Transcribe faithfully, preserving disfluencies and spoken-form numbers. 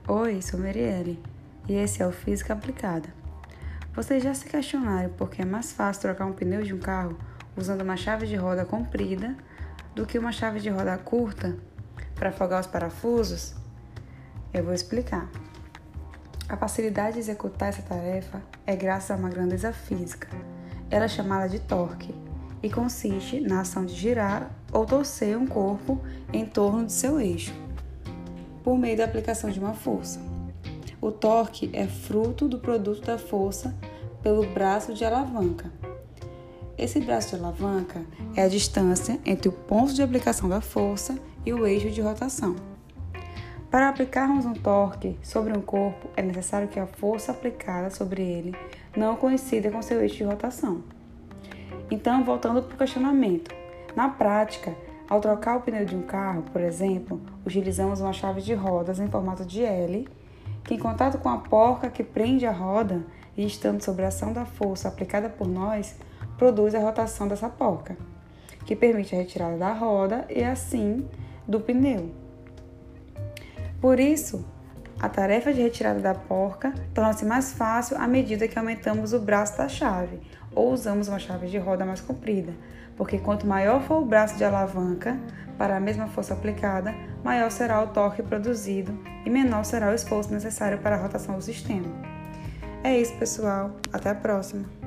Oi, sou Marielle e esse é o Física Aplicada. Vocês já se questionaram por que é mais fácil trocar um pneu de um carro usando uma chave de roda comprida do que uma chave de roda curta para afogar os parafusos? Eu vou explicar. A facilidade de executar essa tarefa é graças a uma grandeza física. Ela é chamada de torque e consiste na ação de girar ou torcer um corpo em torno de seu eixo, por meio da aplicação de uma força. O torque é fruto do produto da força pelo braço de alavanca. Esse braço de alavanca é a distância entre o ponto de aplicação da força e o eixo de rotação. Para aplicarmos um torque sobre um corpo, é necessário que a força aplicada sobre ele não coincida com seu eixo de rotação. Então, voltando para o questionamento. Na prática, ao trocar o pneu de um carro, por exemplo, utilizamos uma chave de rodas em formato de L, que em contato com a porca que prende a roda e estando sob a ação da força aplicada por nós, produz a rotação dessa porca, que permite a retirada da roda e assim do pneu. Por isso, a tarefa de retirada da porca torna-se mais fácil à medida que aumentamos o braço da chave ou usamos uma chave de roda mais comprida, porque quanto maior for o braço de alavanca para a mesma força aplicada, maior será o torque produzido e menor será o esforço necessário para a rotação do sistema. É isso, pessoal. Até a próxima!